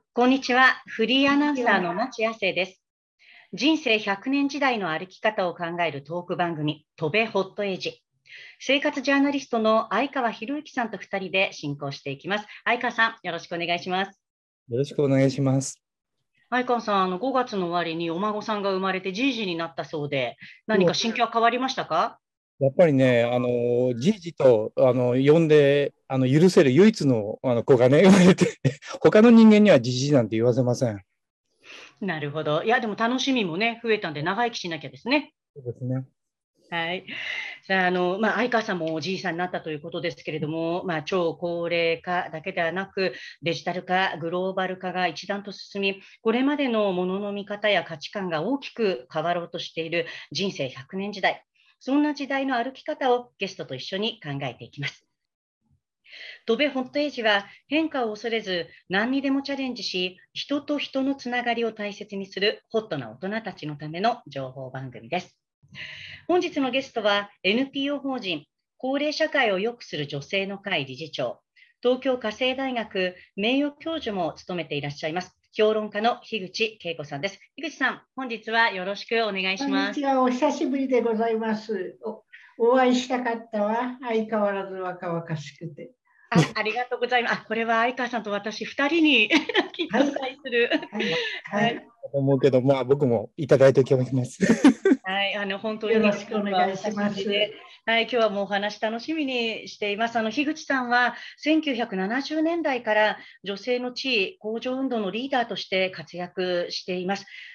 こんにちは。フリーアナウンサーの町亜生です。人生100年時代の歩き方を考えるトーク番組、戸部ホットエイジ。生活ジャーナリストの相川博之さんと2人で進行していきます。相川さん、よろしくお願いします。 よろしくお願いします。 相川さん、5月の終わりにお孫さんが生まれてじいじになったそうで、何か心境は変わりましたか？ やっぱりね、じいじと呼んで許せる唯一の子がね、生まれて、他の人間にはじじいなんて言わせません。 なるほど。いや、でも楽しみもね、増えたんで長生きしなきゃですね。 そうですね。 はい。さあ、相川さんもおじいさんになったということですけれども、超高齢化だけではなく、デジタル化、グローバル化が一段と進み、これまでのものの見方や価値観が大きく変わろうとしている人生100年時代。そんな時代の歩き方をゲストと一緒に考えていきます。戸部ホットエイジは変化を恐れず何にでもチャレンジし、人と人のつながりを大切にするホットな大人たちのための情報番組です。本日のゲストは NPO 法人高齢社会を良くする女性の会理事長、東京家政大学名誉教授も務めていらっしゃいます評論家の樋口恵子さんです。樋口さん、本日はよろしくお願いします。 こんにちは、お久しぶりでございます。お会いしたかったわ。相変わらず若々しくて。 ありがとうございます。これは相川さんと私2人にきっと対する。 はい。 思うけど、僕もいただいておきます。 はい、本当によろしくお願いします。 はい、今日はもうお話楽しみにしています。樋口さんは1970年代から女性の地位向上運動のリーダーとして活躍しています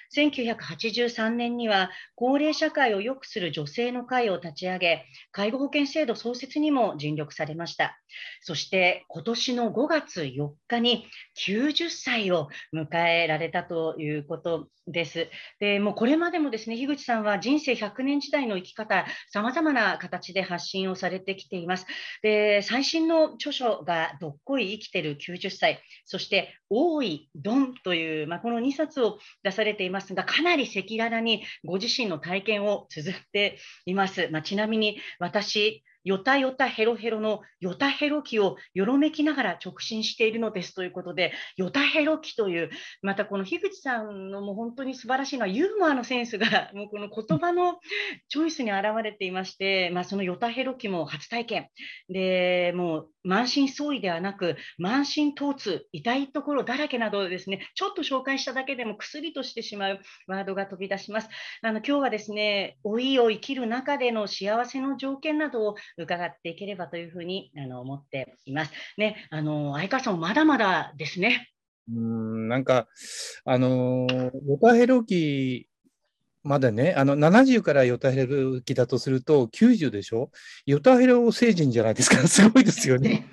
。1983年には高齢社会を良くする女性の会を立ち上げ、介護保険制度創設にも尽力されました。そして今年の5月4日に90歳を迎えられたということです。でもうこれまでもですね、樋口さんは人生100年時代の生き方、さまざまな形で発信をされてきています。で、最新の著書がどっこい生きてる90歳、そして大いどんという、この2冊を出されていますが、かなり赤裸々にご自身の体験を綴っています。ちなみに私、よたよたヘロヘロのよたヘロ期をよろめきながら直進しているのですということで、よたヘロ期という、またこの樋口さんのもう本当に素晴らしいのはユーモアのセンスがもうこの言葉のチョイスに表れていまして、そのよたヘロ期も初体験で、もう満身創痍ではなく満身疼痛、痛いところだらけなどですね、ちょっと紹介しただけでも薬としてしまうワードが飛び出します。今日はですね、老いを生きる中での幸せの条件などを伺っていければというふうに思っていますね。相川さんもまだまだですね。 なんかヨタヘロ期まだね、70からヨタヘロ期だとすると90でしょ。ヨタヘロ成人じゃないですか。すごいですよね。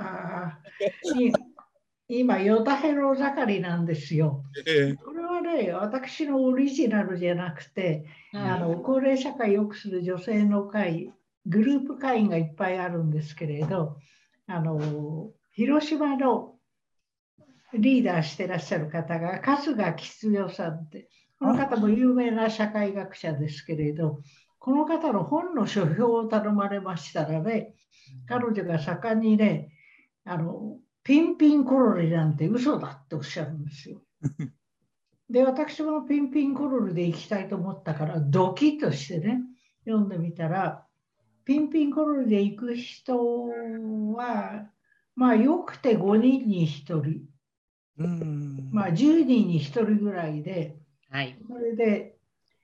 今、ヨタヘロ盛りなんですよ。これはね、私のオリジナルじゃなくて、高齢社会を良くする女性の会、グループ会員がいっぱいあるんですけれど、広島のリーダーしてらっしゃる方が春日吉代さんって、この方も有名な社会学者ですけれど、この方の本の書評を頼まれましたらね、彼女が盛んにね、ピンピンコロリなんて嘘だっておっしゃるんですよ。で、私もピンピンコロリで行きたいと思ったから、ドキッとしてね、読んでみたら、ピンピンコロリで行く人は、よくて5人に1人。10人に1人ぐらいで、それで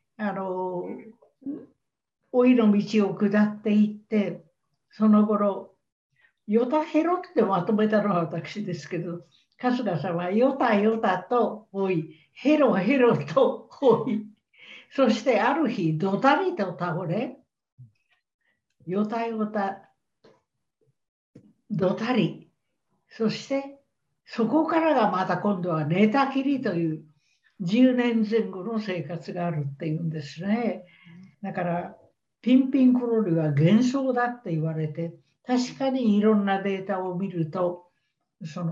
老いの道を下っていって、その頃ヨタヘロってまとめたのは私ですけど、春日さんはヨタヨタと老い、ヘロヘロと老い、そしてある日ドタリと倒れ、ヨタヨタドタリ、そしてそこからがまた今度は寝たきりという10年前後の生活があるっていうんですね。だからピンピンコロリは幻想だって言われて、確かにいろんなデータを見ると、そ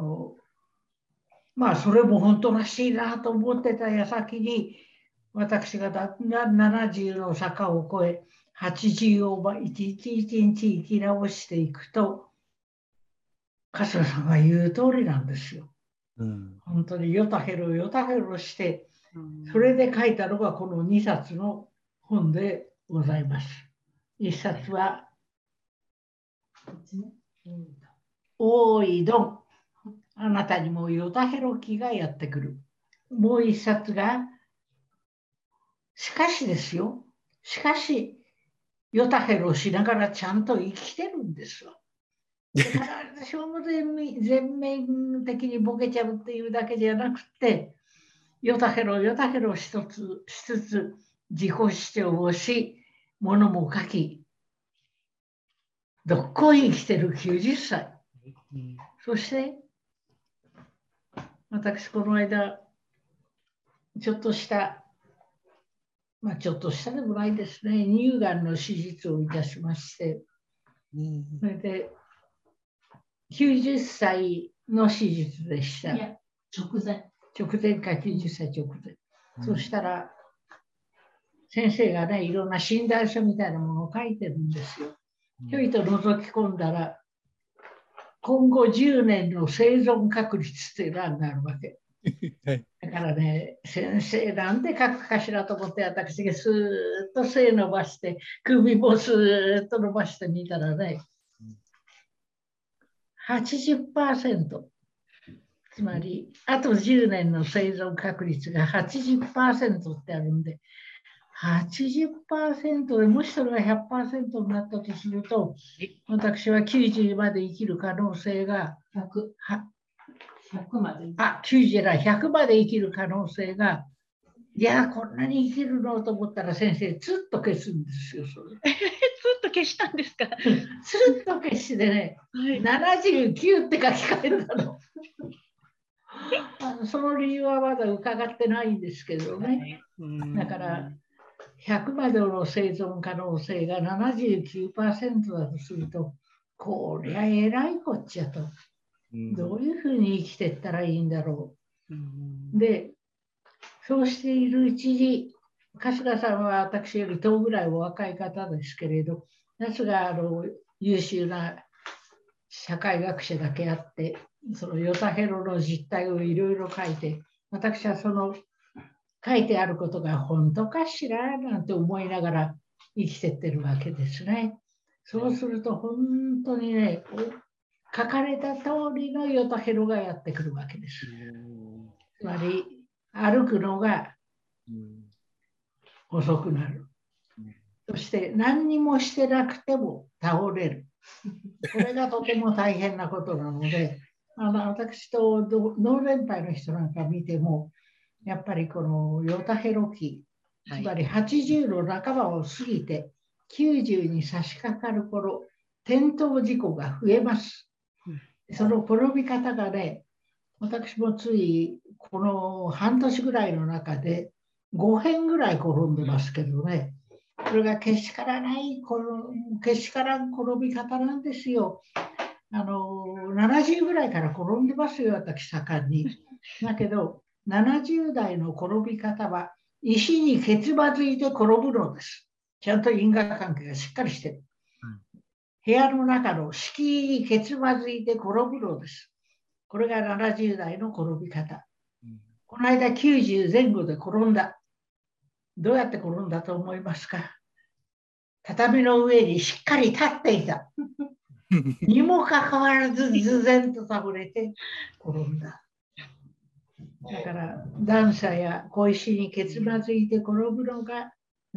れも本当らしいなと思ってた矢先に、私が70の坂を越え、80を一日一日生き直していくと、春日さんが言う通りなんですよ。 本当にヨタヘロヨタヘロして、それで書いたのがこの2冊の本でございます。1冊は、おーいどん、あなたにもヨタヘロ期がやってくる。もう1冊が、しかしですよ。しかし、ヨタヘロしながらちゃんと生きてるんですよ。だから私は全面的にボケちゃうっていうだけじゃなくて、ヨタヘロしつつ自己主張をし、ものも書き、どっこい生きてる90歳。そして、私この間、ちょっとした、ちょっとしたでもないですね、乳がんの手術をいたしまして、それで、90歳の手術でした。いや、直前か90歳直前。そしたら、先生がね、いろんな診断書みたいなものを書いてるんですよ。ひょいと覗き込んだら、今後10年の生存確率っていう欄があるわけ。だからね、先生なんで書くかしらと思って、私がスーッと背伸ばして、首もスーッと伸ばしてみたらね、80%。つまり、あと10年の生存確率が 80% ってあるんで、80% でもしそれが 100% になったとすると、私は90まで生きる可能性が100まで。90じゃない、100まで生きる可能性が、いや、こんなに生きるのと思ったら先生、つっと消すんですよ、それ。 つっと消したんですか？ つっと消してね、79って書き換えたの。その理由はまだ伺ってないんですけどね。だから、100までの生存可能性が 79% だとすると、こりゃえらいこっちゃと。どういうふうに生きていったらいいんだろう。で、そうしているうちに、春日さんは私より10ぐらいお若い方ですけれど、夏が優秀な社会学者だけあって、そのヨタヘロの実態をいろいろ書いて、私はその書いてあることが本当かしらなんて思いながら生きてってるわけですね。そうすると本当にね、書かれた通りのヨタヘロがやってくるわけです。つまり歩くのが遅くなる。そして何にもしてなくても倒れる。これがとても大変なことなので、私と同年配の人なんか見ても、やっぱりこのヨタヘロ期、つまり80の半ばを過ぎて90に差し掛かる頃、転倒事故が増えます。その転び方がね、私もついこの半年ぐらいの中で5遍ぐらい転んでますけどね、これがけしからん転び方なんですよ。70ぐらいから転んでますよ、私、盛んに。だけど、70代の転び方は、石にけつまずいて転ぶのです。ちゃんと因果関係がしっかりしてる。部屋の中の敷居にけつまずいて転ぶのです。これが70代の転び方。この間90前後で転んだ。どうやって転んだと思いますか？畳の上にしっかり立っていた。にもかかわらず、ずぜんと倒れて転んだ。だから、段差や小石にけつまずいて転ぶのが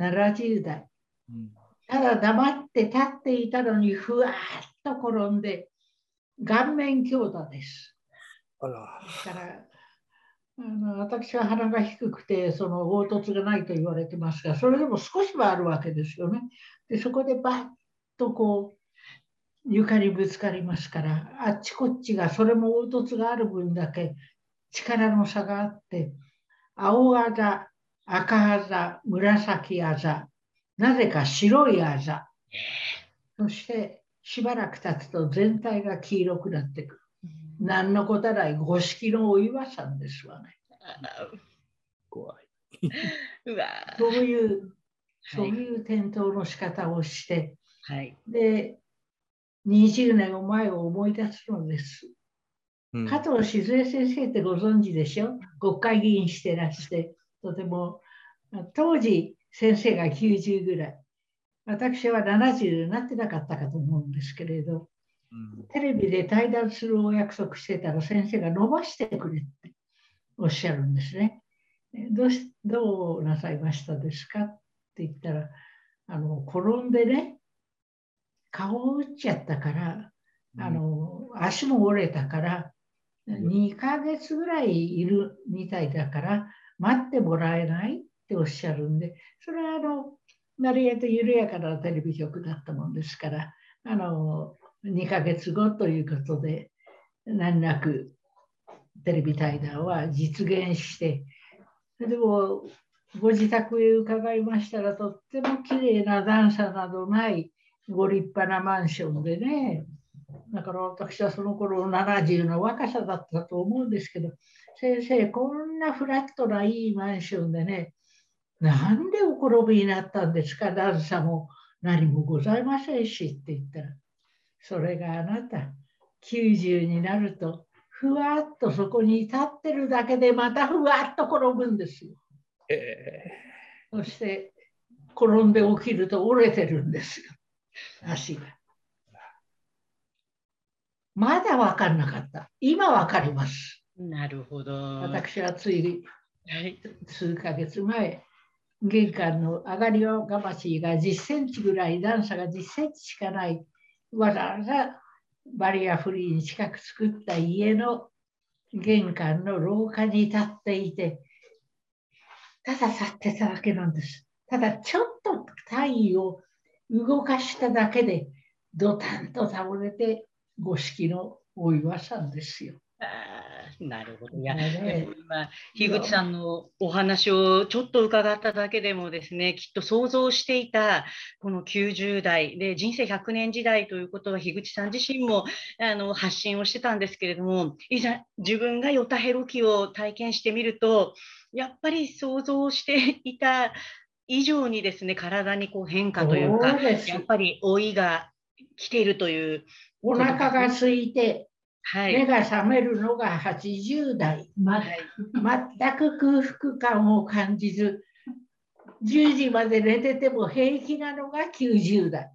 70代。ただ黙って立っていたのに、ふわっと転んで、顔面強打です。だから私は鼻が低くて、その凹凸がないと言われてますが、それでも少しはあるわけですよね。で、そこでバッとこう、床にぶつかりますから、あっちこっちが、それも凹凸がある分だけ力の差があって、青あざ、赤あざ、紫あざ、なぜか白いあざ、そしてしばらく経つと全体が黄色くなってくる。何のことない五色のお岩さんですわね。 怖い。 そういう転倒の仕方をして、で、20年前を思い出すのです。 加藤静江先生ってご存知でしょ。国会議員してらして、とても、当時先生が90ぐらい。私は70になってなかったかと思うんですけれど、テレビで対談するお約束してたら先生が伸ばしてくれっておっしゃるんですね。どうなさいましたですかって言ったら、転んでね、顔を打っちゃったから、足も折れたから、2ヶ月ぐらいいるみたいだから、待ってもらえないっておっしゃるんで、それは成江と緩やかなテレビ局だったもんですから、2ヶ月後ということで、難なくテレビ対談は実現して、でも、ご自宅へ伺いましたら、とっても綺麗な段差などないご立派なマンションでね、だから私はその頃70の若さだったと思うんですけど、先生、こんなフラットないいマンションでね、なんでお転びになったんですか、段差も何もございませんしって言ったら、それがあなた、90になると、ふわっとそこに立ってるだけでまたふわっと転ぶんですよ。そして転んで起きると折れてるんですよ、足が。まだ分かんなかった。今分かります。 なるほど。 私はつい数ヶ月前、玄関の上がりがまちが10センチぐらい、段差が10センチしかない、わざわざバリアフリーに近く作った家の玄関の廊下に立っていて、ただ立ってただけなんです。ただちょっと体位を動かしただけで、ドタンと倒れて、五色のお岩さんですよ。 なるほど。いや、でも今、樋口さんのお話をちょっと伺っただけでもですね、きっと想像していたこの90代で人生100年時代ということは、樋口さん自身も発信をしてたんですけれども、いざ自分がヨタヘロ期を体験してみると、やっぱり想像していた以上にですね、体にこう変化というか、やっぱり老いが来ているという。 お腹が空いて、目が覚めるのが80代、全く空腹感を感じず、10時まで寝てても平気なのが90代。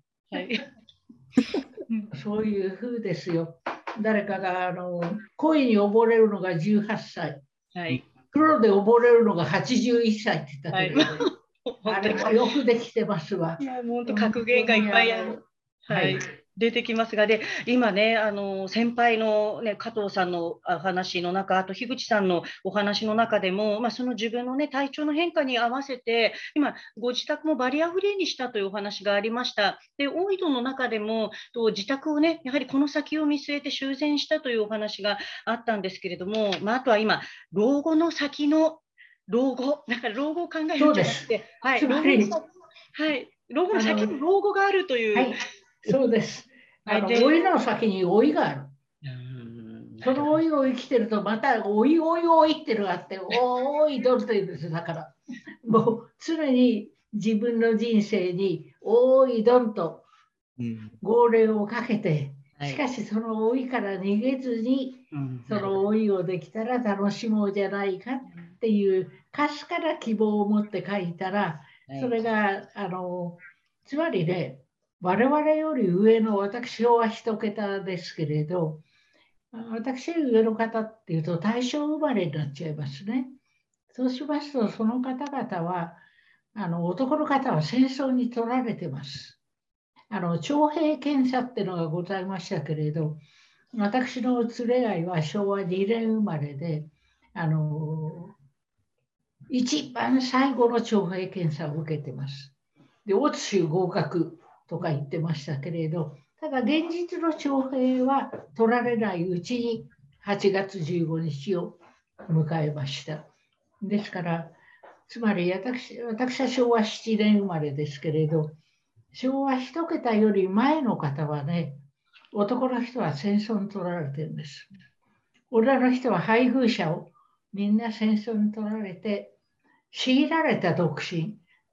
そういう風ですよ。誰かが恋に溺れるのが18歳、黒で溺れるのが81歳って言ったけど、あれはよくできてますわ。 いや、本当格言がいっぱいある。出てきますが、で、今ね、先輩の、ね、加藤さんのお話の中、あと樋口さんのお話の中でも、その自分のね、体調の変化に合わせて、今、ご自宅もバリアフリーにしたというお話がありました。で、大井戸の中でも、自宅をね、やはりこの先を見据えて修繕したというお話があったんですけれども、あとは今、老後の先の老後、だから老後を考えるんじゃなくて、老後の先に老後があるという。 そうです。老いの先に老いがある。その老いを生きてると、また老いってるがあって、おいどるというんです。だから、もう常に自分の人生においどんと号令をかけて、しかしその老いから逃げずに、その老いをできたら楽しもうじゃないかっていうかすかな希望を持って書いたら、それがつまりね、我々より上の、私は一桁ですけれど、私より上の方っていうと大正生まれになっちゃいますね。そうしますと、その方々は、男の方は戦争に取られてます。徴兵検査っていうのがございましたけれど、私の連れ合いは昭和2年生まれで、一番最後の徴兵検査を受けてます。で、オツ州合格とか言ってましたけれど、ただ現実の徴兵は取られないうちに8月15日を迎えました。ですから、つまり私は昭和7年生まれですけれど、昭和1桁より前の方はね、男の人は戦争に取られてるんです。女の人は配偶者をみんな戦争に取られて、強いられた独身。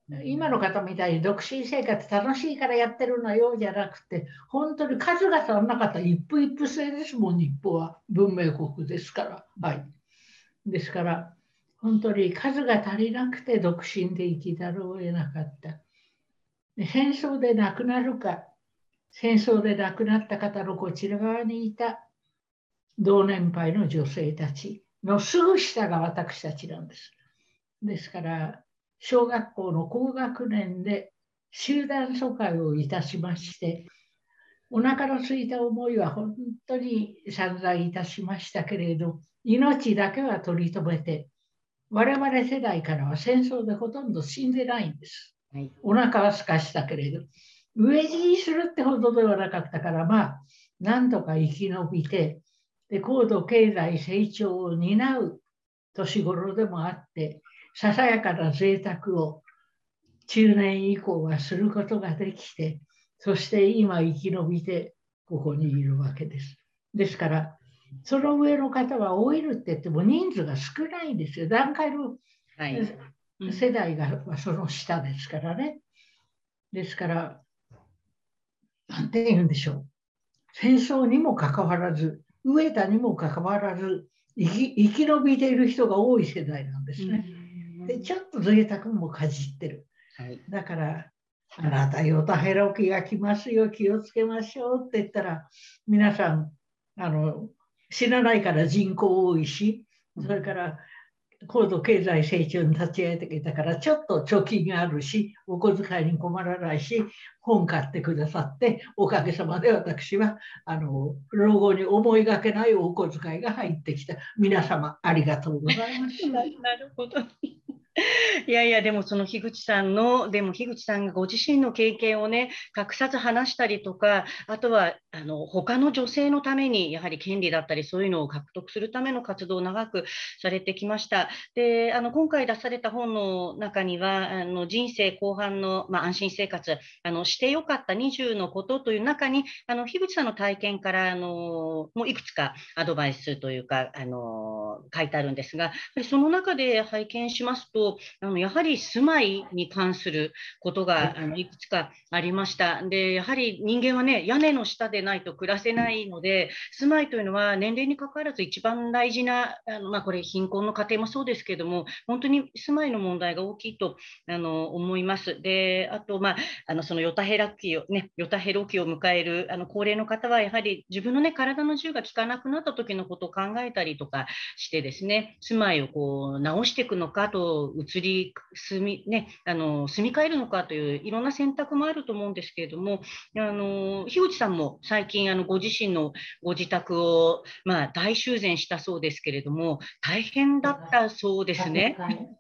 今の方みたいに独身生活楽しいからやってるのよじゃなくて、本当に数が足らなかったら一夫一夫制ですもん、日本は文明国ですから。はい。ですから、本当に数が足りなくて独身で生きざるを得なかった。で、戦争で亡くなるか、戦争で亡くなった方のこちら側にいた同年配の女性たちのすぐ下が私たちなんです。ですから、小学校の高学年で集団疎開をいたしまして、お腹の空いた思いは本当に散々いたしましたけれど、命だけは取り留めて、我々世代からは戦争でほとんど死んでないんです。はい、お腹はすかしたけれど、飢え死にするってほどではなかったから、まあ、なんとか生き延びて、で、高度経済成長を担う年頃でもあって、ささやかな贅沢を中年以降はすることができて、そして今生き延びてここにいるわけです。ですから、その上の方は老いるって言っても人数が少ないんですよ。段階の世代がその下ですからね。ですから、なんて言うんでしょう。戦争にもかかわらず、飢えたにもかかわらず、生き延びている人が多い世代なんですね。で、ちょっと贅沢もかじってる。だから、あなた、ヨタヘロ期が来ますよ、気をつけましょうって言ったら、皆さん、死なないから人口多いし、それから高度経済成長に立ち会えてきたから、ちょっと貯金があるし、お小遣いに困らないし、本買ってくださって、おかげさまで私は、老後に思いがけないお小遣いが入ってきた。皆様、ありがとうございます。 なるほど。いやいや、でもその樋口さんの、でも樋口さんがご自身の経験をね、隠さず話したりとか、あとは、他の女性のために、やはり権利だったり、そういうのを獲得するための活動を長くされてきました。で、今回出された本の中には、人生後半の、安心生活、してよかった20のことという中に、樋口さんの体験から、もういくつかアドバイスというか、書いてあるんですが、その中で拝見しますと、やはり住まいに関することがいくつかありました。で、やはり人間はね、屋根の下でないと暮らせないので、住まいというのは年齢に関わらず一番大事な、これ貧困の家庭もそうですけれども、本当に住まいの問題が大きいと思います。で、あと、そのヨタヘロ期を迎える高齢の方は、やはり自分のね、体の自由が効かなくなった時のことを考えたりとかしてですね、住まいをこう直していくのかと、住み替えるのかといういろんな選択もあると思うんですけれども、樋口さんも最近ご自身のご自宅を、大修繕したそうですけれども、大変だったそうですね。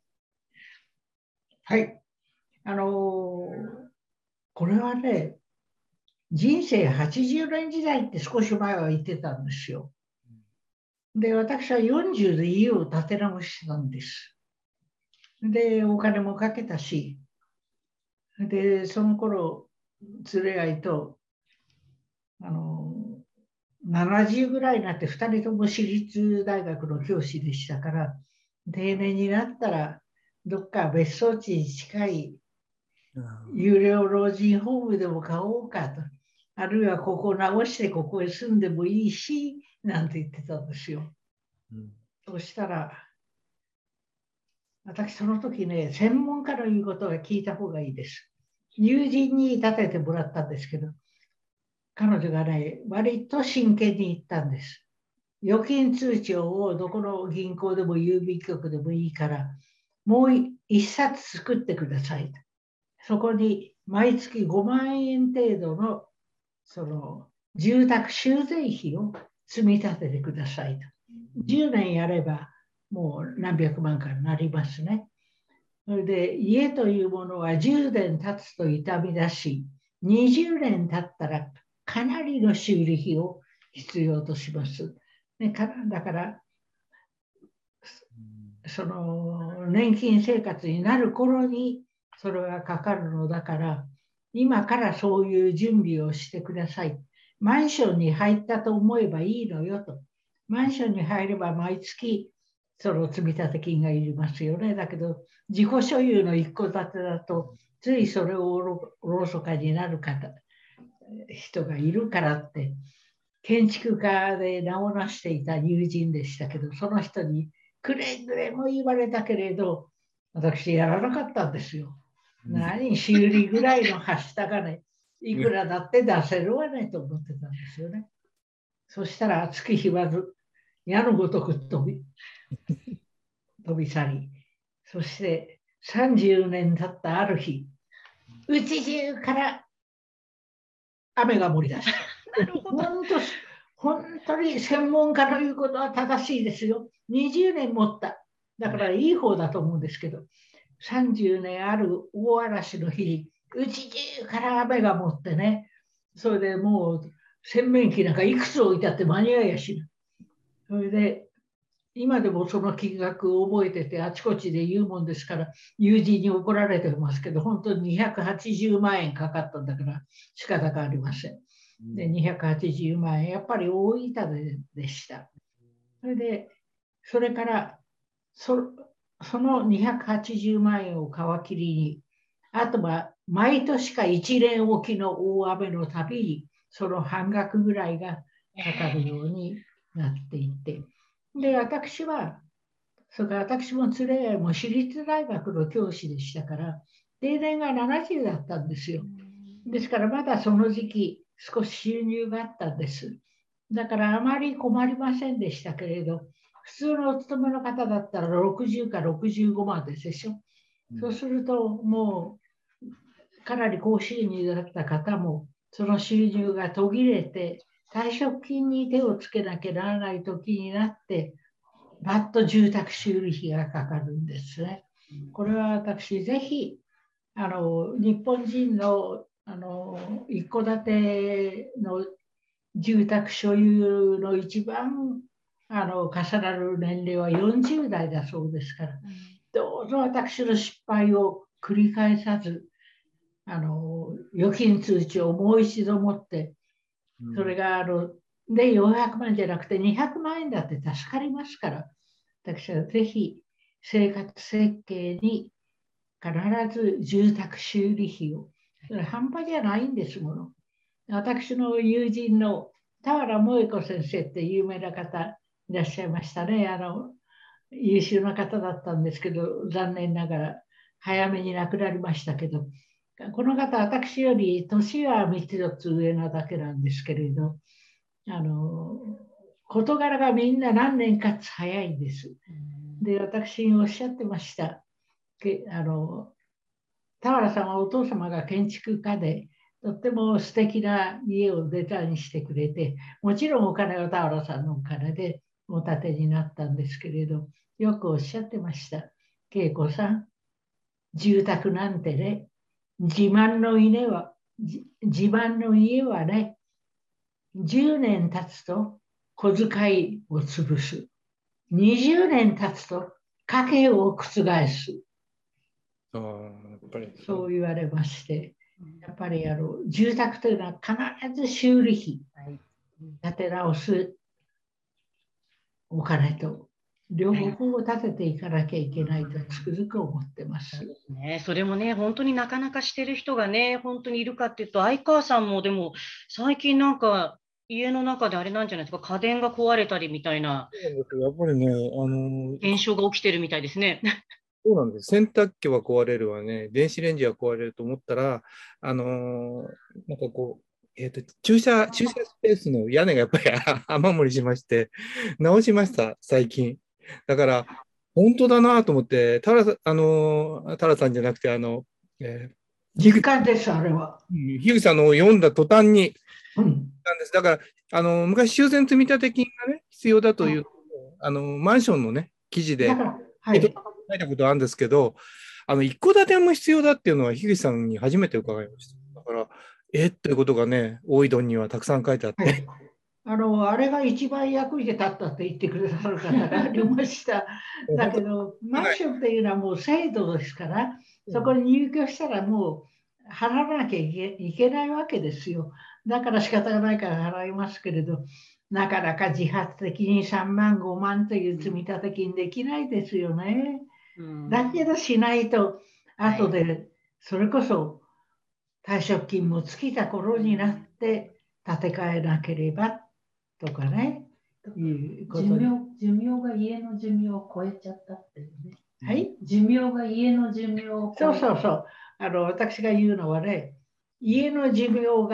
はい。これはね、人生80年時代って少し前は言ってたんですよ。で、私は40で家を建て直したんです。で、お金もかけたし、で、その頃、連れ合いと、70ぐらいになって2人とも私立大学の教師でしたから、定年になったら、どっか別荘地に近い有料老人ホームでも買おうかと。あるいはここを直してここへ住んでもいいし、なんて言ってたんですよ。そしたら、私その時ね、専門家の言うことは聞いた方がいいです。友人に立ててもらったんですけど、彼女がね、割と真剣に言ったんです。預金通帳をどこの銀行でも郵便局でもいいから、もう一冊作ってください。そこに毎月5万円程度のその住宅修繕費を積み立ててくださいと。10年やればもう何百万かになりますね。それで家というものは10年経つと傷み出し、20年経ったらかなりの修理費を必要とします。だからその年金生活になる頃にそれがかかるのだから、今からそういう準備をしてください。マンションに入ったと思えばいいのよと。マンションに入れば毎月その積立金がいりますよね。だけど、自己所有の一戸建てだと、ついそれをおろそかになる人がいるからって、建築家で名を成していた友人でしたけど、その人にくれぐれも言われたけれど、私やらなかったんですよ。何、修理ぐらいのはした金、いくらだって出せるわねと思ってたんですよね。そしたら月日は矢のごとく飛び去り、そして30年経ったある日、うち中から雨が盛り出した。本当に専門家の言うことは正しいですよ。20年持った。だからいい方だと思うんですけど、30年ある大嵐の日に、うち中から雨が持ってね、それでもう洗面器なんかいくつ置いてあって間に合いやしない。それで、今でもその金額を覚えてて、あちこちで言うもんですから、友人に怒られてますけど、本当に280万円かかったんだから仕方がありません。で、280万円、やっぱり大分でした。それで、それからその280万円を皮切りに、あとは毎年か1年おきの大雨のたびに、その半額ぐらいがかかるようになっていって、で、私は、それから私も連れ合いも私立大学の教師でしたから、定年が70だったんですよ。ですからまだその時期、少し収入があったんです。だからあまり困りませんでしたけれど、普通のお勤めの方だったら60か65万でしょ。そうするともうかなり高収入だった方もその収入が途切れて退職金に手をつけなきゃならない時になってバッと住宅修理費がかかるんですね。これは私ぜひ日本人の一戸建ての住宅所有の一番重なる年齢は40代だそうですから、どうぞ私の失敗を繰り返さず、預金通知をもう一度持って、それがで400万じゃなくて200万円だって助かりますから、私はぜひ生活設計に必ず住宅修理費を、それ半端じゃないんですもの。私の友人の俵萌子先生って有名な方いらっしゃいましたね。優秀な方だったんですけど、残念ながら早めに亡くなりましたけど、この方、私より年は3つ4つ上なだけなんですけれど、事柄がみんな何年かつ早いんです。で、私におっしゃってました。俵さんはお父様が建築家で、とっても素敵な家をデザインしてくれて、もちろんお金は俵さんのお金でお建てになったんですけれど、よくおっしゃってました。恵子さん、住宅なんてね、自慢の家はね、10年経つと小遣いを潰す。20年経つと家計を覆す。そう言われまして、やっぱり住宅というのは必ず修理費、建て直すお金と、両方を立てていかなきゃいけないとつくづく思ってます。 ね、それもね、本当になかなかしてる人がね、本当にいるかっていうと、相川さんもでも、最近なんか、家の中であれなんじゃないですか、家電が壊れたりみたいな、 やっぱりね、 現象が起きてるみたいですね。 そうなんです。洗濯機は壊れるわね、電子レンジは壊れると思ったら、なんかこう、駐車スペースの屋根がやっぱり雨漏りしまして、直しました、最近。だから、本当だなと思って、タラさんじゃなくて、 実感です、あれは。 樋口さんの読んだ途端に、 うん、 なんです。だから、昔、修繕積立金がね、必要だという、マンションのね、記事で、 はい、 書いたことあるんですけど、一戸建ても必要だっていうのは、樋口さんに初めて伺いました。だから、ということがね、大井戸にはたくさん書いてあって。はい、 あれが一番役に立ったって言ってくださる方がありました。だけど、マンションっていうのはもう制度ですから、そこに入居したらもう払わなきゃいけないわけですよ。だから仕方がないから払いますけれど、 なかなか自発的に3万、5万という積立金できないですよね。だけどしないと、後でそれこそ退職金も尽きた頃になって建て替えなければとかね。 寿命が家の寿命を超えちゃったっていうね。 はい。 寿命が家の寿命を超えそうそうそう。私が言うのはね、家の寿命を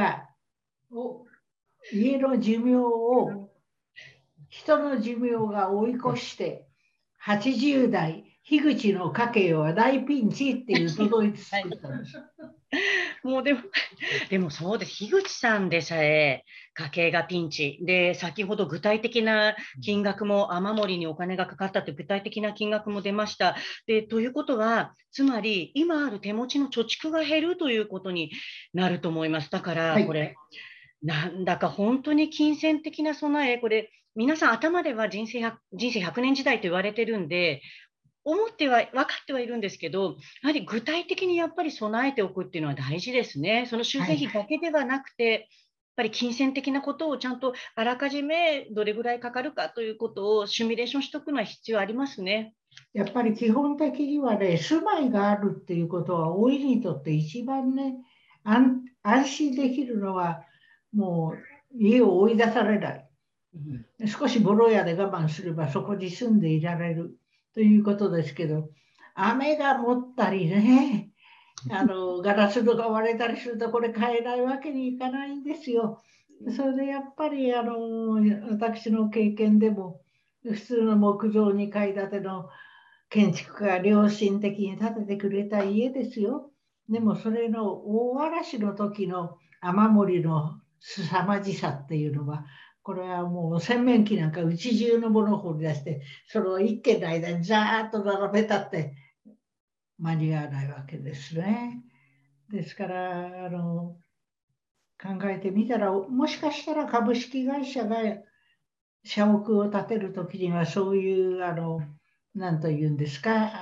人の寿命が追い越して、80代、樋口の家計は大ピンチっていう届いて作ったんです。 もうでもそうです。樋口さんでさえ家計がピンチで、先ほど具体的な金額も雨漏りにお金がかかったという具体的な金額も出ました。で、ということは、つまり今ある手持ちの貯蓄が減るということになると思います。だからこれ、なんだか本当に金銭的な備え、これ皆さん頭では人生100年時代と言われてるんで、思っては分かってはいるんですけど、やはり具体的にやっぱり備えておくっていうのは大事ですね。その修繕費だけではなくて、やっぱり金銭的なことをちゃんとあらかじめどれぐらいかかるかということをシミュレーションしておくのは必要ありますね。 やっぱり基本的にはね、住まいがあるっていうことは、老いにとって一番ね、安心できるのは、もう家を追い出されない。少しボロ屋で我慢すればそこに住んでいられるということですけど、雨が持ったりね、ガラス戸が割れたりするとこれ買えないわけにいかないんですよ。それでやっぱり私の経験でも、普通の木造2階建ての建築家が良心的に建ててくれた家ですよ。でもそれの大嵐の時の雨漏りの凄まじさっていうのは、これはもう洗面器なんかうち中のものを掘り出して、その一軒の間にザーッと並べたって間に合わないわけですね。ですから考えてみたら、もしかしたら株式会社が社屋を建てる時にはそういう何と言うんですか、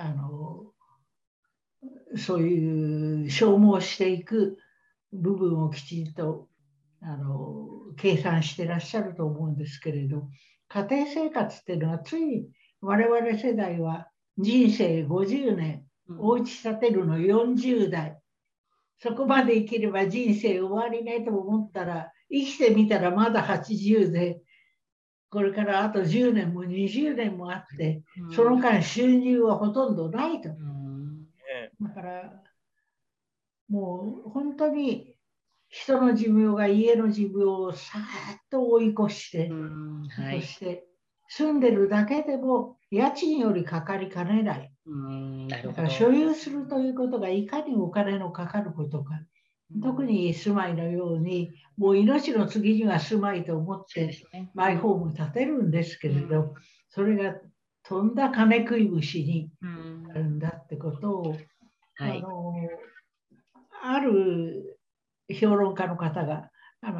そういう消耗していく部分をきちんと計算してらっしゃると思うんですけれど、家庭生活っていうのはつい我々世代は人生50年、お家建てるの40代、そこまで生きれば人生終わりねと思ったら、生きてみたらまだ80で、これからあと10年も20年もあって、その間収入はほとんどないと。だからもう本当に人の寿命が家の寿命をさーっと追い越して、そして住んでるだけでも家賃よりかかりかねない。だから所有するということがいかにお金のかかることか。特に住まいのように、もう命の次には住まいと思ってマイホーム建てるんですけれど、それがとんだ金食い虫になるんだってことを、ある評論家の方が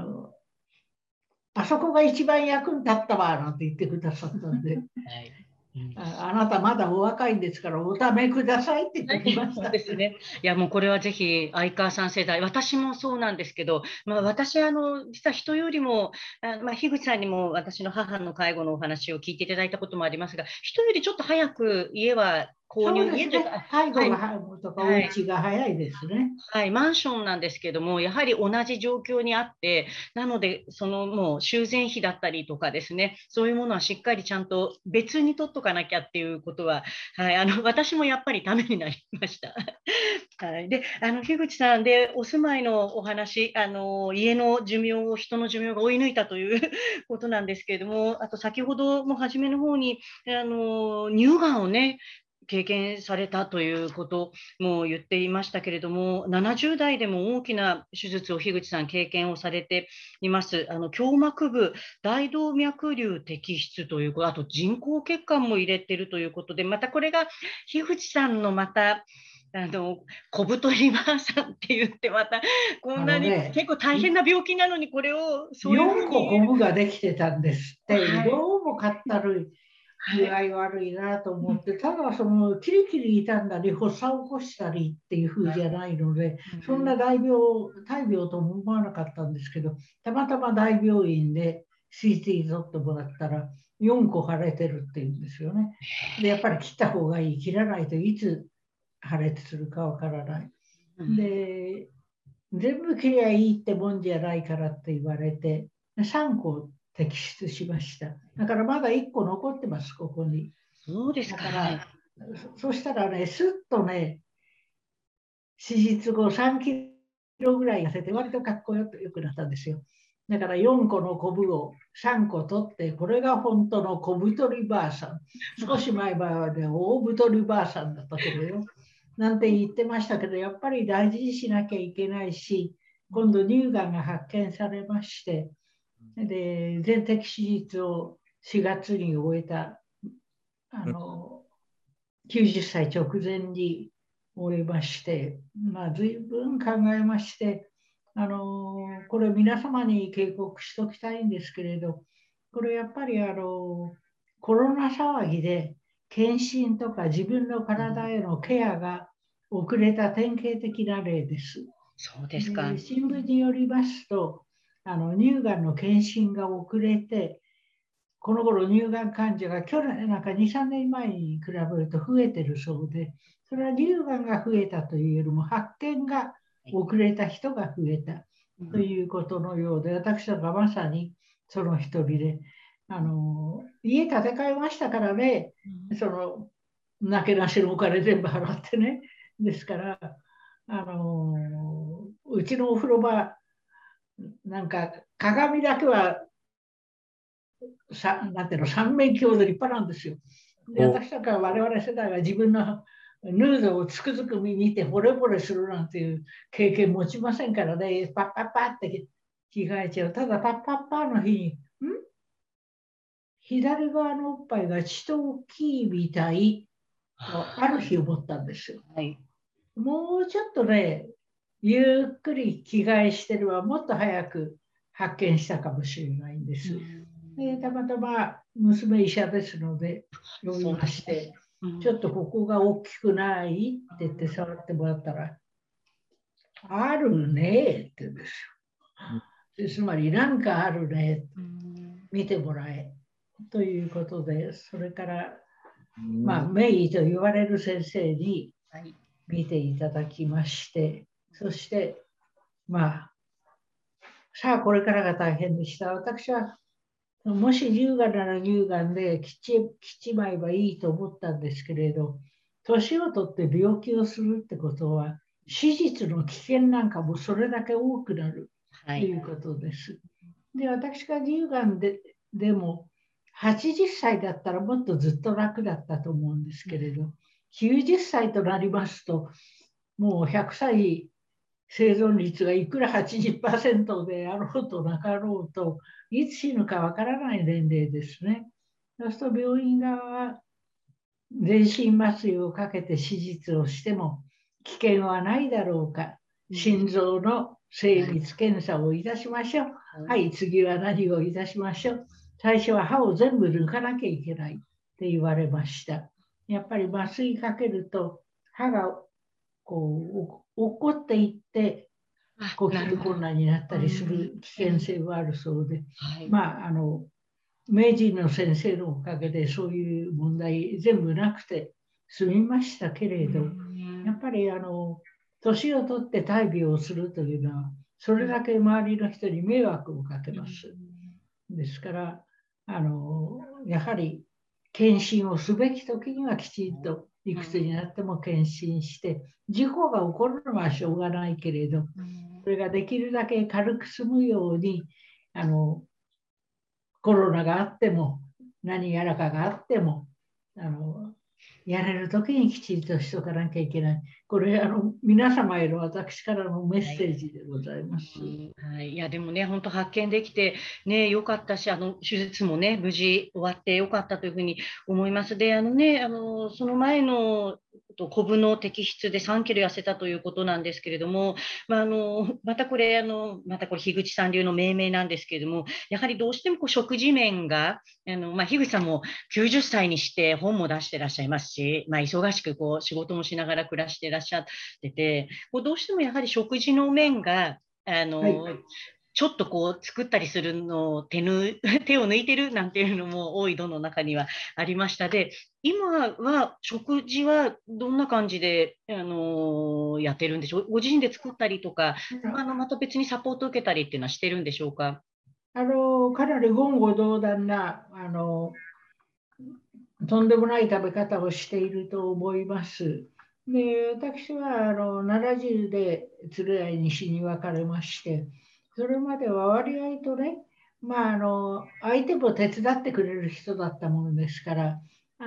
あそこが一番役に立ったわなんて言ってくださったんで、あなたまだお若いんですからお試めくださいって言ってきました。 そうですね。いやもうこれはぜひ相川さん世代、私もそうなんですけど、私実は人よりも樋口さんにも私の母の介護のお話を聞いていただいたこともありますが、人よりちょっと早く家は購入、 家というか介護がとかお家が早いですね。 はい、マンションなんですけども、やはり同じ状況にあって、なので、もう修繕費だったりとかですね、そういうものはしっかりちゃんと別に取っとかなきゃっていうことは、はい、私もやっぱりためになりました。はい、で、樋口さんでお住まいのお話、家の寿命を、人の寿命が追い抜いたということなんですけれども、あと先ほども初めの方に、乳がんをね、経験されたということも言っていましたけれども、70代でも大きな手術を樋口さん経験をされています。胸膜部大動脈瘤摘出ということ、あと人工血管も入れているということで、またこれが樋口さんのまた小太りばあさんって言ってまたこんなに結構大変な病気なのにこれをそういうふうに4個ゴムができてたんですって、どうもかったる具合悪いなと思って、ただキリキリ傷んだり発作を起こしたりっていう風じゃないので、そんな大病とも思わなかったんですけど、たまたま大病院で CT 取ってもらったら4個腫れてるっていうんですよね。で、やっぱり切った方がいい。切らないといつ破裂するかわからない。で、全部切りゃいいってもんじゃないからって言われて、3個摘出しました。だからまだ1個残ってます、ここに。 そうですか。 だからそしたらね、すっとね、手術後3キロぐらい痩せて、割とかっこよくなったんですよ。だから4個のコブを3個取って、これが本当の小太りばあさん。少し前はね、大太りばあさんだったけどよ。なんて言ってましたけど、やっぱり大事にしなきゃいけないし、今度乳がんが発見されまして、で、全摘手術を4月に終えた、90歳直前に終えまして、随分考えまして、これ皆様に警告しておきたいんですけれど、これやっぱりコロナ騒ぎで検診とか自分の体へのケアが遅れた典型的な例です。 そうですか。 新聞によりますと、乳がんの検診が遅れて、この頃乳がん患者が去年なんか2、3年前に比べると増えてるそうで、それは乳がんが増えたというよりも発見が遅れた人が増えたということのようで、私はまさにその一人で、家建て替えましたからね、なけなしのお金全部払ってね。ですから、うちのお風呂場、なんか鏡だけはなんていうの、三面鏡で立派なんですよ。で、私とか我々世代は自分のヌードをつくづく見て惚れ惚れするなんていう経験持ちませんからね、パッパッパって着替えちゃう。ただパッパッパの日に、左側のおっぱいがちと大きいみたいとある日思ったんですよ。 はい、 もうちょっとね、ゆっくり着替えしてればもっと早く発見したかもしれないんです。で、たまたま娘医者ですので呼びまして、ちょっとここが大きくないって言って触ってもらったら、あるねって言うんですよ。でつまり何かあるね、見てもらえということで、それから、名医と言われる先生に見ていただきまして、そして、さあこれからが大変でした。私はもし乳がんなら乳がんで切っちまえばいいと思ったんですけれど、年を取って病気をするってことは、手術の危険なんかもそれだけ多くなるということです。で、私が乳がんでも、80歳だったらもっとずっと楽だったと思うんですけれど、90歳となりますと、もう100歳生存率がいくら 80% であろうとなかろうと、いつ死ぬかわからない年齢ですね。そうすると病院側は全身麻酔をかけて手術をしても危険はないだろうか、心臓の精密検査をいたしましょう。はい、次は何をいたしましょう。最初は歯を全部抜かなきゃいけないって言われました。やっぱり麻酔かけると歯がこう落っこっていって呼吸困難になったりする危険性はあるそうで、名人の先生のおかげでそういう問題全部なくて済みましたけれど、やっぱり年を取って大病をするというのはそれだけ周りの人に迷惑をかけます。ですからやはり検診をすべき時にはきちんといくつになっても検診して、事故が起こるのはしょうがないけれど、それができるだけ軽く済むようにコロナがあっても何やらかがあってもやれる時にきちんとしとかなきゃいけない。これ皆様への私からのメッセージでございます。 いやでもね、本当発見できてね、よかったし、手術もね、無事終わってよかったというふうに思います。で、その前のコブの摘出で3キロ痩せたということなんですけれども、またこれ樋口さん流の命名なんですけれども、やはりどうしても食事面が樋口さんも90歳にして本も出してらっしゃいますし、忙しく仕事もしながら暮らしてらっしゃってて、どうしてもやはり食事の面がちょっとこう作ったりするのを手を抜いてるなんていうのも多い度の中にはありました。で、今は食事はどんな感じで、やってるんでしょう。ご自身で作ったりとか、また別にサポートを受けたりっていうのはしてるんでしょうか。 かなり言語道断なとんでもない食べ方をしていると思います。で、私は70で鶴来西に分かれまして、それまでは割合とね、相手も手伝ってくれる人だったものですから、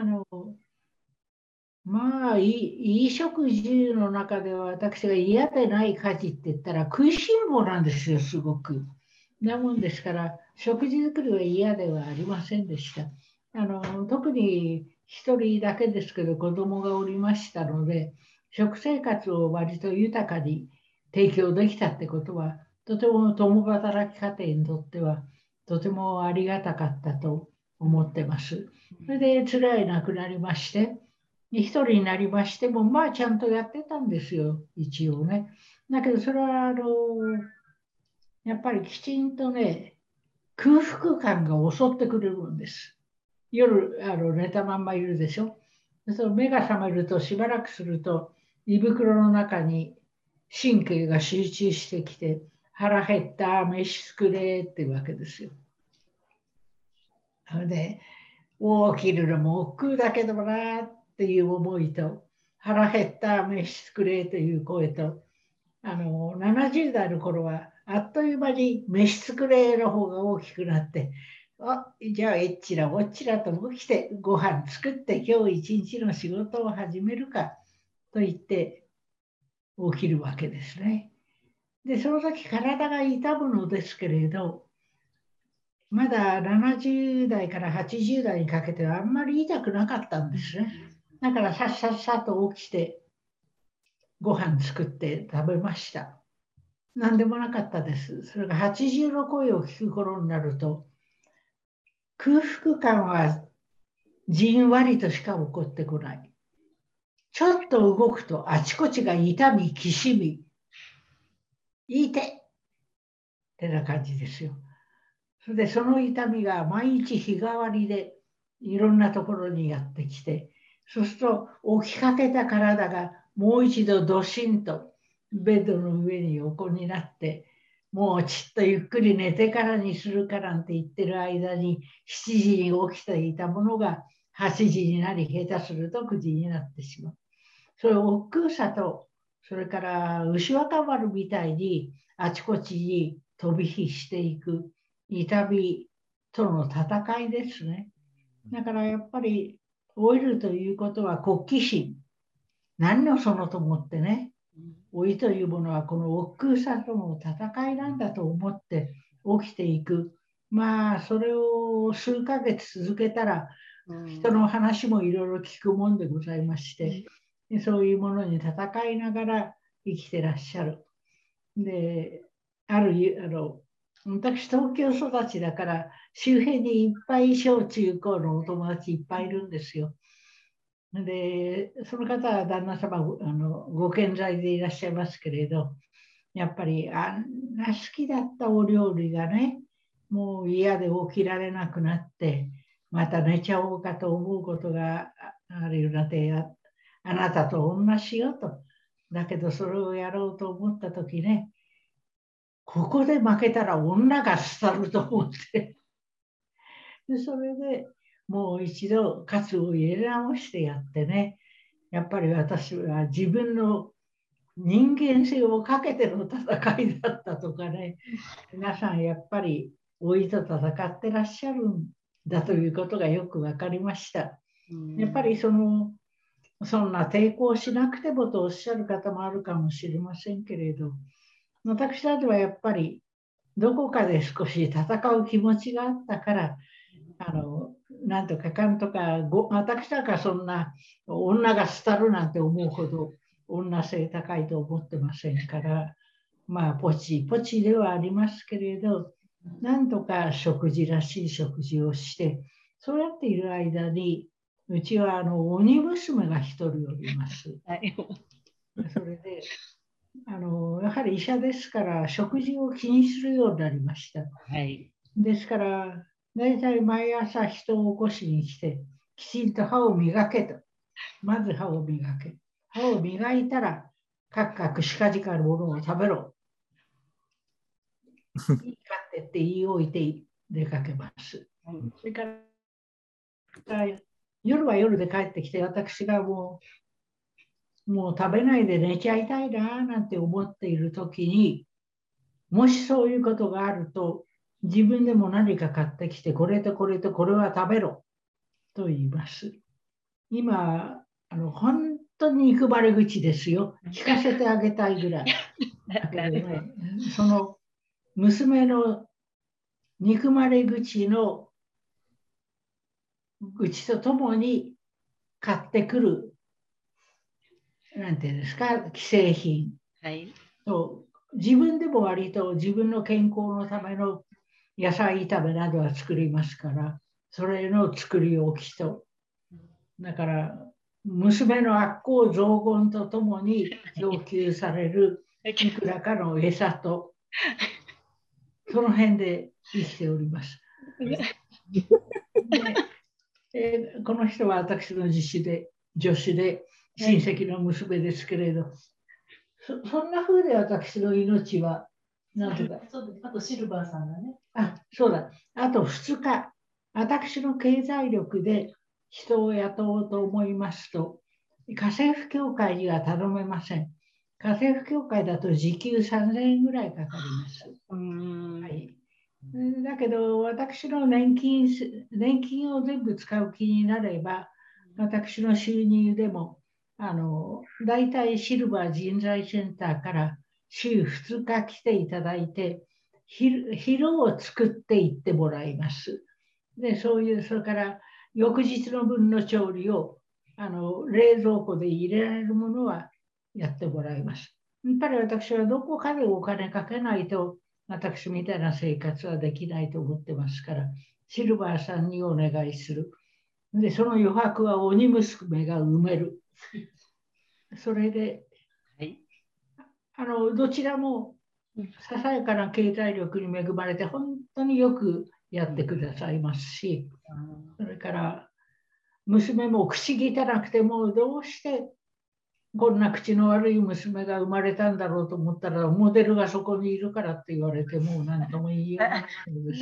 いい食事の中では私が嫌でない家事って言ったら食いしん坊なんですよ、すごく。なもんですから、食事作りは嫌ではありませんでした。特に一人だけですけど子供がおりましたので、食生活を割と豊かに提供できたってことは、とても共働き家庭にとってはとてもありがたかったと思ってます。それで辛いなくなりまして、一人になりましても、ちゃんとやってたんですよ、一応ね。だけどそれはやっぱりきちんとね、空腹感が襲ってくれるんです。夜寝たまんまいるでしょ。その目が覚めるとしばらくすると胃袋の中に神経が集中してきて、腹減った、飯作れっていうわけですよ。なので起きるのも億劫だけどなっていう思いと、腹減った、飯作れという声と、70代の頃はあっという間に飯作れの方が大きくなって、じゃあえっちらおっちらと起きてご飯作って今日一日の仕事を始めるかと言って起きるわけですね。で、その時体が痛むのですけれど、まだ70代から80代にかけてはあんまり痛くなかったんですね。だからさっさっさと起きてご飯作って食べました。何でもなかったです。それが80の声を聞く頃になると、空腹感はじんわりとしか起こってこない。ちょっと動くとあちこちが痛み、きしみ、痛てってな感じですよ。それでその痛みが毎日日替わりでいろんなところにやってきて、そうすると起きかけた体がもう一度ドシンとベッドの上に横になって、もうちっとゆっくり寝てからにするかなんて言ってる間に7時に起きていたものが8時になり、下手すると9時になってしまう。それ億劫さと、それから牛若丸みたいにあちこちに飛び火していく痛みとの戦いですね。だからやっぱり老いるということは好奇心。何のそのと思ってね、老いというものはこの億劫さとの戦いなんだと思って起きていく。それを数ヶ月続けたら、人の話もいろいろ聞くもんでございまして、そういうものに戦いながら生きてらっしゃる。で、私、東京育ちだから、周辺にいっぱい小中高のお友達いっぱいいるんですよ。で、その方は旦那様ご健在でいらっしゃいますけれど、やっぱりあんな好きだったお料理がね、もう嫌で起きられなくなって、また寝ちゃおうかと思うことがあるようなて、あなたと同じよと。だけどそれをやろうと思った時ね、ここで負けたら女が廃ると思ってで、それでもう一度喝を入れ直してやってね、やっぱり私は自分の人間性をかけての戦いだったとかね、皆さんやっぱり老いと戦ってらっしゃるんだということがよく分かりました。やっぱりそんな抵抗しなくてもとおっしゃる方もあるかもしれませんけれど、私たちはやっぱりどこかで少し戦う気持ちがあったから、なんとかかんとか、私なんかそんな女が廃るなんて思うほど女性高いと思ってませんから、ポチポチではありますけれど、なんとか食事らしい食事をして、そうやっている間に、うちは鬼娘が一人おります。それで、 やはり医者ですから食事を気にするようになりました。 はい。 ですから大体毎朝人を起こしに来てきちんと歯を磨けと。まず歯を磨け。歯を磨いたらカクカクしかじかのものを食べろ。いいかって言い置いて出かけます。それから夜は夜で帰ってきて私がもう食べないで寝ちゃいたいななんて思っている時にもしそういうことがあると自分でも何か買ってきてこれとこれとこれは食べろと言います。今本当に憎まれ口ですよ。聞かせてあげたいぐらい。だけどね、その娘の憎まれ口の口とともに買ってくるなんていうんですか、既製品と、自分でも割と自分の健康のための野菜炒めなどは作りますから、それの作り置きと、だから娘の悪行増言とともに要求されるいくらかの餌と、その辺で生きております。でこの人は私の助手で親戚の娘ですけれど、そんな風で私の命はなんとか。 あとシルバーさんがね。 そうだ。あと2日、私の経済力で人を雇おうと思いますと、家政婦協会には頼めません。家政婦協会だと時給3000円ぐらいかかります。はい、だけど私の年金を全部使う気になれば、私の収入でも大体シルバー人材センターから週2日来ていただいて、昼を作っていってもらいます。で、それから翌日の分の調理を冷蔵庫で入れられるものはやってもらいます。やっぱり私はどこかでお金かけないと、私みたいな生活はできないと思ってますから、シルバーさんにお願いする。で、その余白は鬼娘が埋める。それで、はい、どちらもささやかな経済力に恵まれて本当によくやってくださいますし、それから娘も口汚くてもどうしてこんな口の悪い娘が生まれたんだろうと思ったら、モデルがそこにいるからって言われても何とも言いようがないです。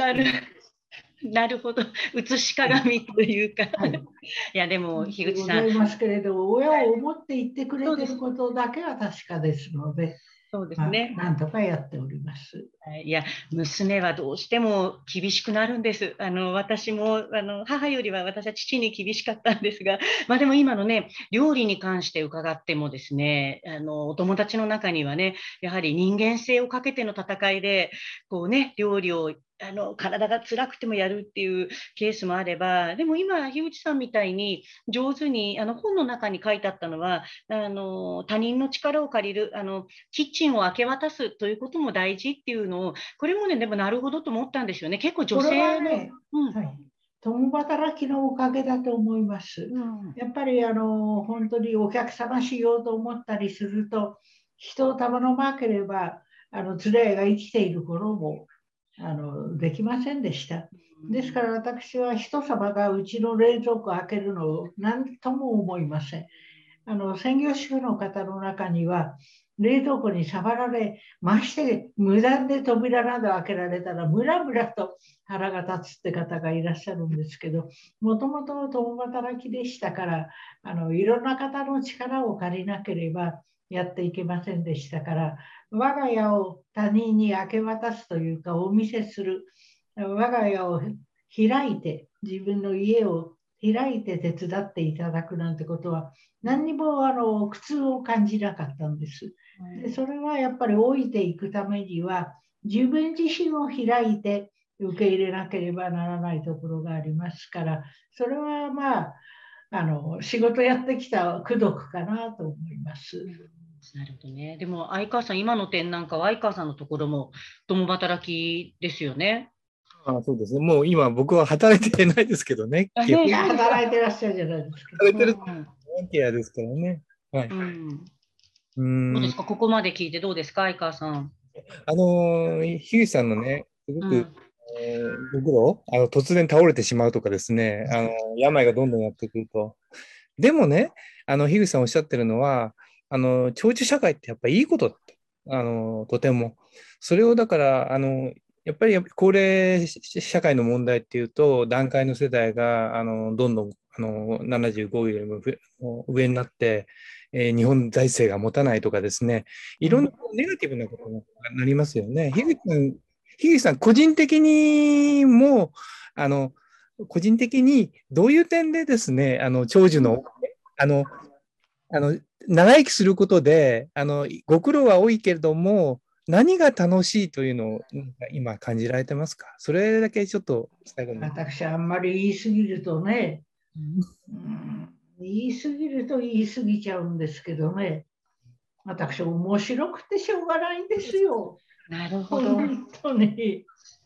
なるほど、写し鏡というか、はい、いやでも樋口さん。 ございますけれど、親を思って言ってくれてることだけは確かですので、 そうですね、 なんとかやっております。 いや、娘はどうしても厳しくなるんです。私も母よりは私は父に厳しかったんですが、でも今のね、料理に関して伺ってもですね、お友達の中にはね、やはり人間性をかけての戦いで、こうね、料理を体が辛くてもやるっていうケースもあれば、でも今、樋口さんみたいに上手に、本の中に書いてあったのは、他人の力を借りる、キッチンを明け渡すということも大事っていうのを、これもね、でもなるほどと思ったんですよね。結構女性の。 共働きのおかげだと思います。やっぱり本当にお客様しようと思ったりすると、人を頼まなければ連れが生きている頃もできませんでした。ですから私は人様がうちの冷蔵庫を開けるのを何とも思いません。専業主婦の方の中には冷蔵庫に触られまして無断で扉など開けられたらムラムラと腹が立つって方がいらっしゃるんですけど、もともと共働きでしたからいろんな方の力を借りなければやっていけませんでしたから、我が家を他人に明け渡すというかお見せする、我が家を開いて自分の家を開いて手伝っていただくなんてことは何にも苦痛を感じなかったんです。でそれはやっぱり老いていくためには自分自身を開いて受け入れなければならないところがありますから、それは仕事やってきた功徳かなと思います。 なるほどね。でも相川さん、今の点なんかは相川さんのところも共働きですよね。 そうですね。もう今僕は働いてないですけどね。 いや、働いてらっしゃるじゃないですか。 働いてるボランティアですからね。はい。 どうですか、ここまで聞いてどうですか、相川さん。 樋口さんのね、すごく、ご苦労、突然倒れてしまうとかですね、病がどんどんやってくると。でもね、樋口さんおっしゃってるのは、長寿社会ってやっぱりいいことだと。とても。それをだから、やっぱり高齢社会の問題っていうと、団塊の世代がどんどん75よりも上になって、日本財政が持たないとかですね、いろんなネガティブなことになりますよね。樋口さん、個人的にも、個人的にどういう点でですね、長寿の、あの、長生きすることで、ご苦労は多いけれども、何が楽しいというのを今感じられてますか？それだけちょっと最後に。 私、あんまり言い過ぎるとね、言い過ぎると言い過ぎちゃうんですけどね、私、面白くてしょうがないんですよ。 なるほど。 本当に。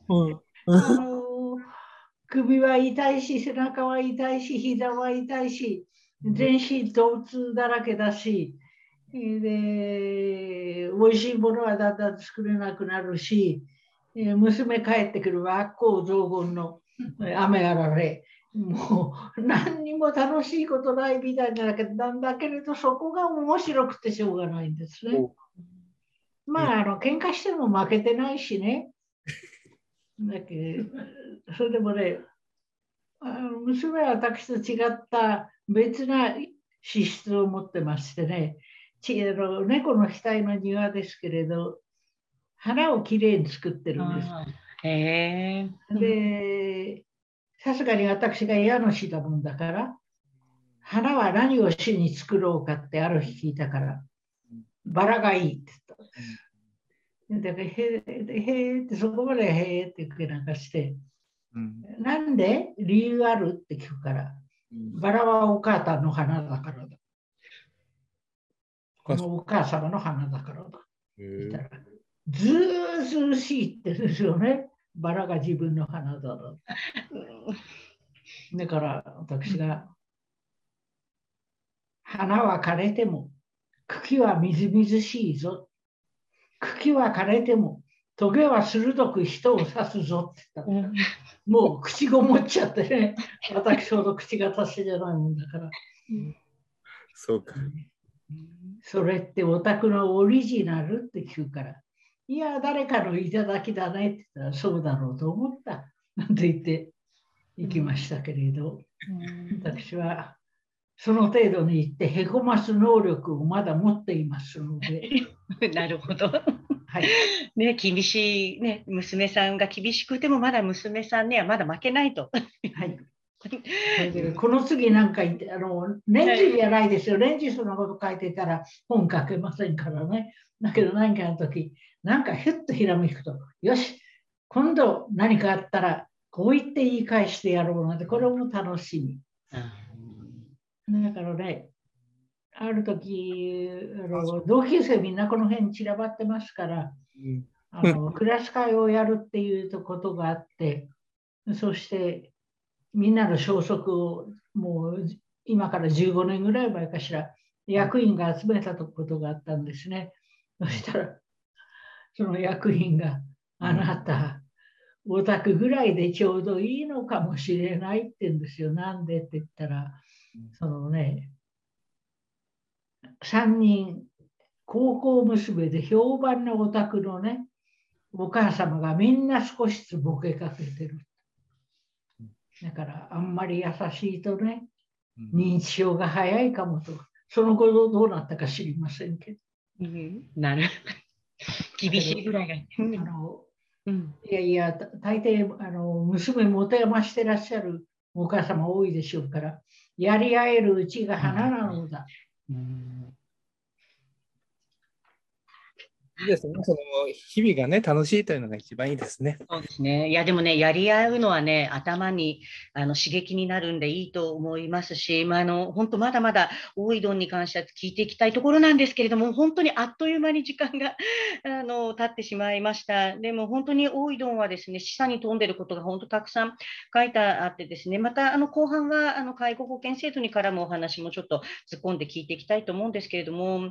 首は痛いし、背中は痛いし、膝は痛いし、全身疼痛だらけだし、で、美味しいものはだんだん作れなくなるし、娘帰ってくる悪行雑言の雨あられ、もう何にも楽しいことないみたいなんだけれど、そこが面白くてしょうがないんですね。まあ、喧嘩しても負けてないしね。だけど、それでもね、娘は私と違った別な資質を持ってましてね、猫の額の庭ですけれど、花をきれいに作ってるんです。 へで、さすがに私が家主だもんだから、花は何をしに作ろうかってある日聞いたから、バラがいいって言った。だからへーってそこまでへーって言ってなんかして、なんで理由あるって聞くから、バラはお母さんの花だからだ。このお母様の花だからだ。言ったらずうずうしいってですよね。バラが自分の花だろう。だから私が、花は枯れても茎はみずみずしいぞ。茎は枯れてもトゲは鋭く人を刺すぞって言ったら、もう口ごもっちゃってね、私ほど口が達者じゃないもんだから。 そうか。 それってお宅のオリジナルって聞くから、いや、誰かのいただきだねって言ったら、そうだろうと思った。なんて言って行きましたけれど、私はその程度に言ってへこます能力をまだ持っていますので。 なるほど。 はい。 ね、厳しい、ね、娘さんが厳しくてもまだ娘さんにはまだ負けないと。 はい。この次なんか言って、年中じゃないですよ。年中そのこと書いてたら本書けませんからね。だけど何かの時、なんかひゅっとひらめくと、よし、今度何かあったらこう言って言い返してやろうなんて、これも楽しみ。だからね、ある時同級生みんなこの辺に散らばってますから、クラス会をやるっていうことがあって、そしてみんなの消息をもう今から15年ぐらい前かしら、役員が集めたことがあったんですね。そしたらその役員があなた、お宅ぐらいでちょうどいいのかもしれないって言うんですよ。なんでって言ったら、そのね、3人高校娘で評判のお宅のね、お母様がみんな少しずつボケかけてる。だからあんまり優しいとね、認知症が早いかもと、その後どうなったか知りませんけど。 なる。厳しいぐらいが。 いやいや、大抵娘持て余してらっしゃるお母様多いでしょうから、やり合えるうちが花なのだ。 いいですね。その日々がね、楽しいというのが一番いいですね。 そうですね。いや、でもね、やり合うのはね、頭に刺激になるんでいいと思いますし、本当まだまだ、大井戸に関しては聞いていきたいところなんですけれども、本当にあっという間に時間が経ってしまいました。でも本当に大井戸はですね、示唆に富んでいることが本当たくさん書いてあってですね、また後半は介護保険制度に絡むお話もちょっと突っ込んで聞いていきたいと思うんですけれども、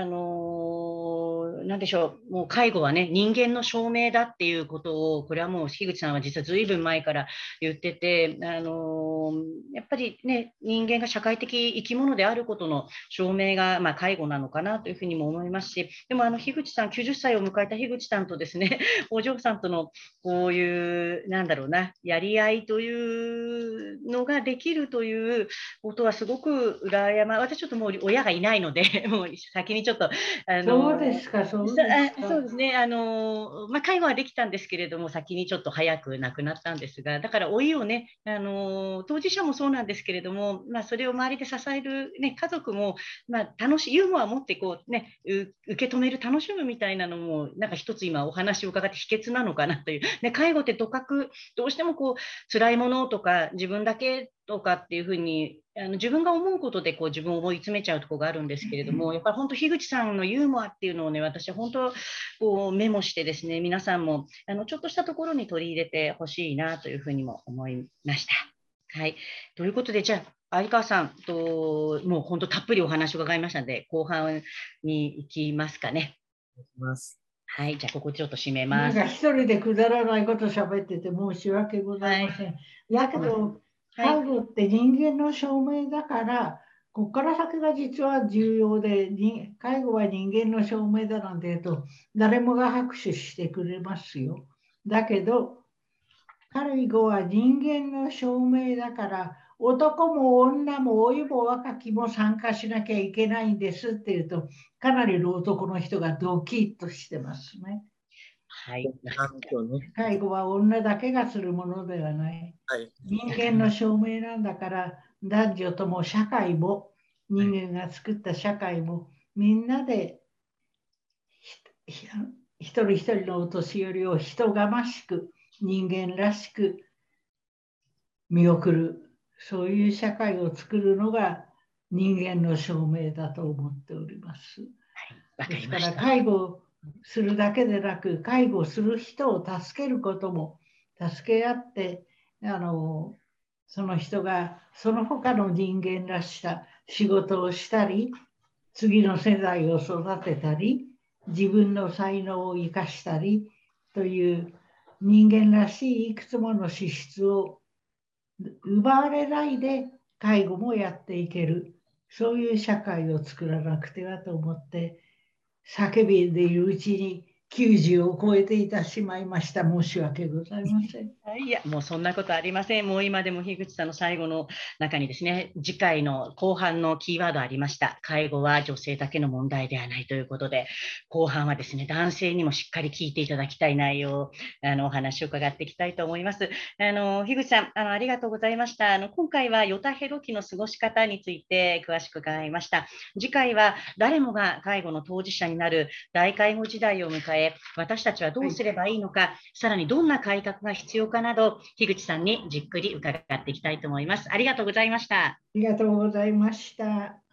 なんでしょう、もう介護はね、人間の証明だっていうことを、これはもう樋口さんは実はずいぶん前から言ってて、やっぱりね、人間が社会的生き物であることの証明が、介護なのかなというふうにも思いますし、でも樋口さん、90歳を迎えた樋口さんとですね、お嬢さんとのこういう、なんだろうな、やり合いというのができるということはすごく羨ましい。私ちょっともう親がいないので、もう先にちょっと、 そうですか、そうですか。 そうですね。介護はできたんですけれども、先にちょっと早く亡くなったんですが、だから老いをね、当事者もそうなんですけれども、それを周りで支える、ね、家族も、楽しい、ユーモアを持ってこう、ね、受け止める、楽しむみたいなのも、なんか一つ今お話を伺って秘訣なのかなという。ね、介護ってどうしてもこう、辛いものとか、自分だけとかっていうふうに、自分が思うことでこう自分を思い詰めちゃうところがあるんですけれども、やっぱり本当、樋口さんのユーモアっていうのをね、私は本当こうメモしてですね、皆さんもちょっとしたところに取り入れてほしいなというふうにも思いました。はい。ということで、じゃあ、相川さんと、もう本当たっぷりお話を伺いましたので、後半に行きますかね。はい、じゃあここちょっと締めます。 なんか一人でくだらないこと喋ってて申し訳ございません。だけど、介護って人間の証明だから、ここから先が実は重要で、介護は人間の証明だなんて言うと、誰もが拍手してくれますよ。だけど、介護は人間の証明だから、男も女も老いも若きも参加しなきゃいけないんですって言うと、かなりの男の人がドキッとしてますね。 はい。 介護は女だけがするものではない。はい、人間の証明なんだから、男女とも社会も、人間が作った社会も、みんなで一人一人のお年寄りを人がましく、人間らしく見送る、そういう社会を作るのが人間の証明だと思っております。ですから介護するだけでなく、介護する人を助けることも、助け合ってその人がその他の人間らしさ仕事をしたり、次の世代を育てたり、自分の才能を生かしたりという人間らしいいくつもの資質を奪われないで介護もやっていける、そういう社会を作らなくてはと思って叫びでいるうちに90を超えていたしまいました。申し訳ございません。 いや、もうそんなことありません。もう今でも樋口さんの最後の中にですね、次回の後半のキーワードありました。介護は女性だけの問題ではないということで、後半はですね、男性にもしっかり聞いていただきたい内容、お話を伺っていきたいと思います。樋口さん、ありがとうございました。今回はヨタヘロ期の過ごし方について詳しく伺いました。次回は誰もが介護の当事者になる大介護時代を迎え、私たちはどうすればいいのか、さらにどんな改革が必要かなど、樋口さんにじっくり伺っていきたいと思います。ありがとうございました。 ありがとうございました。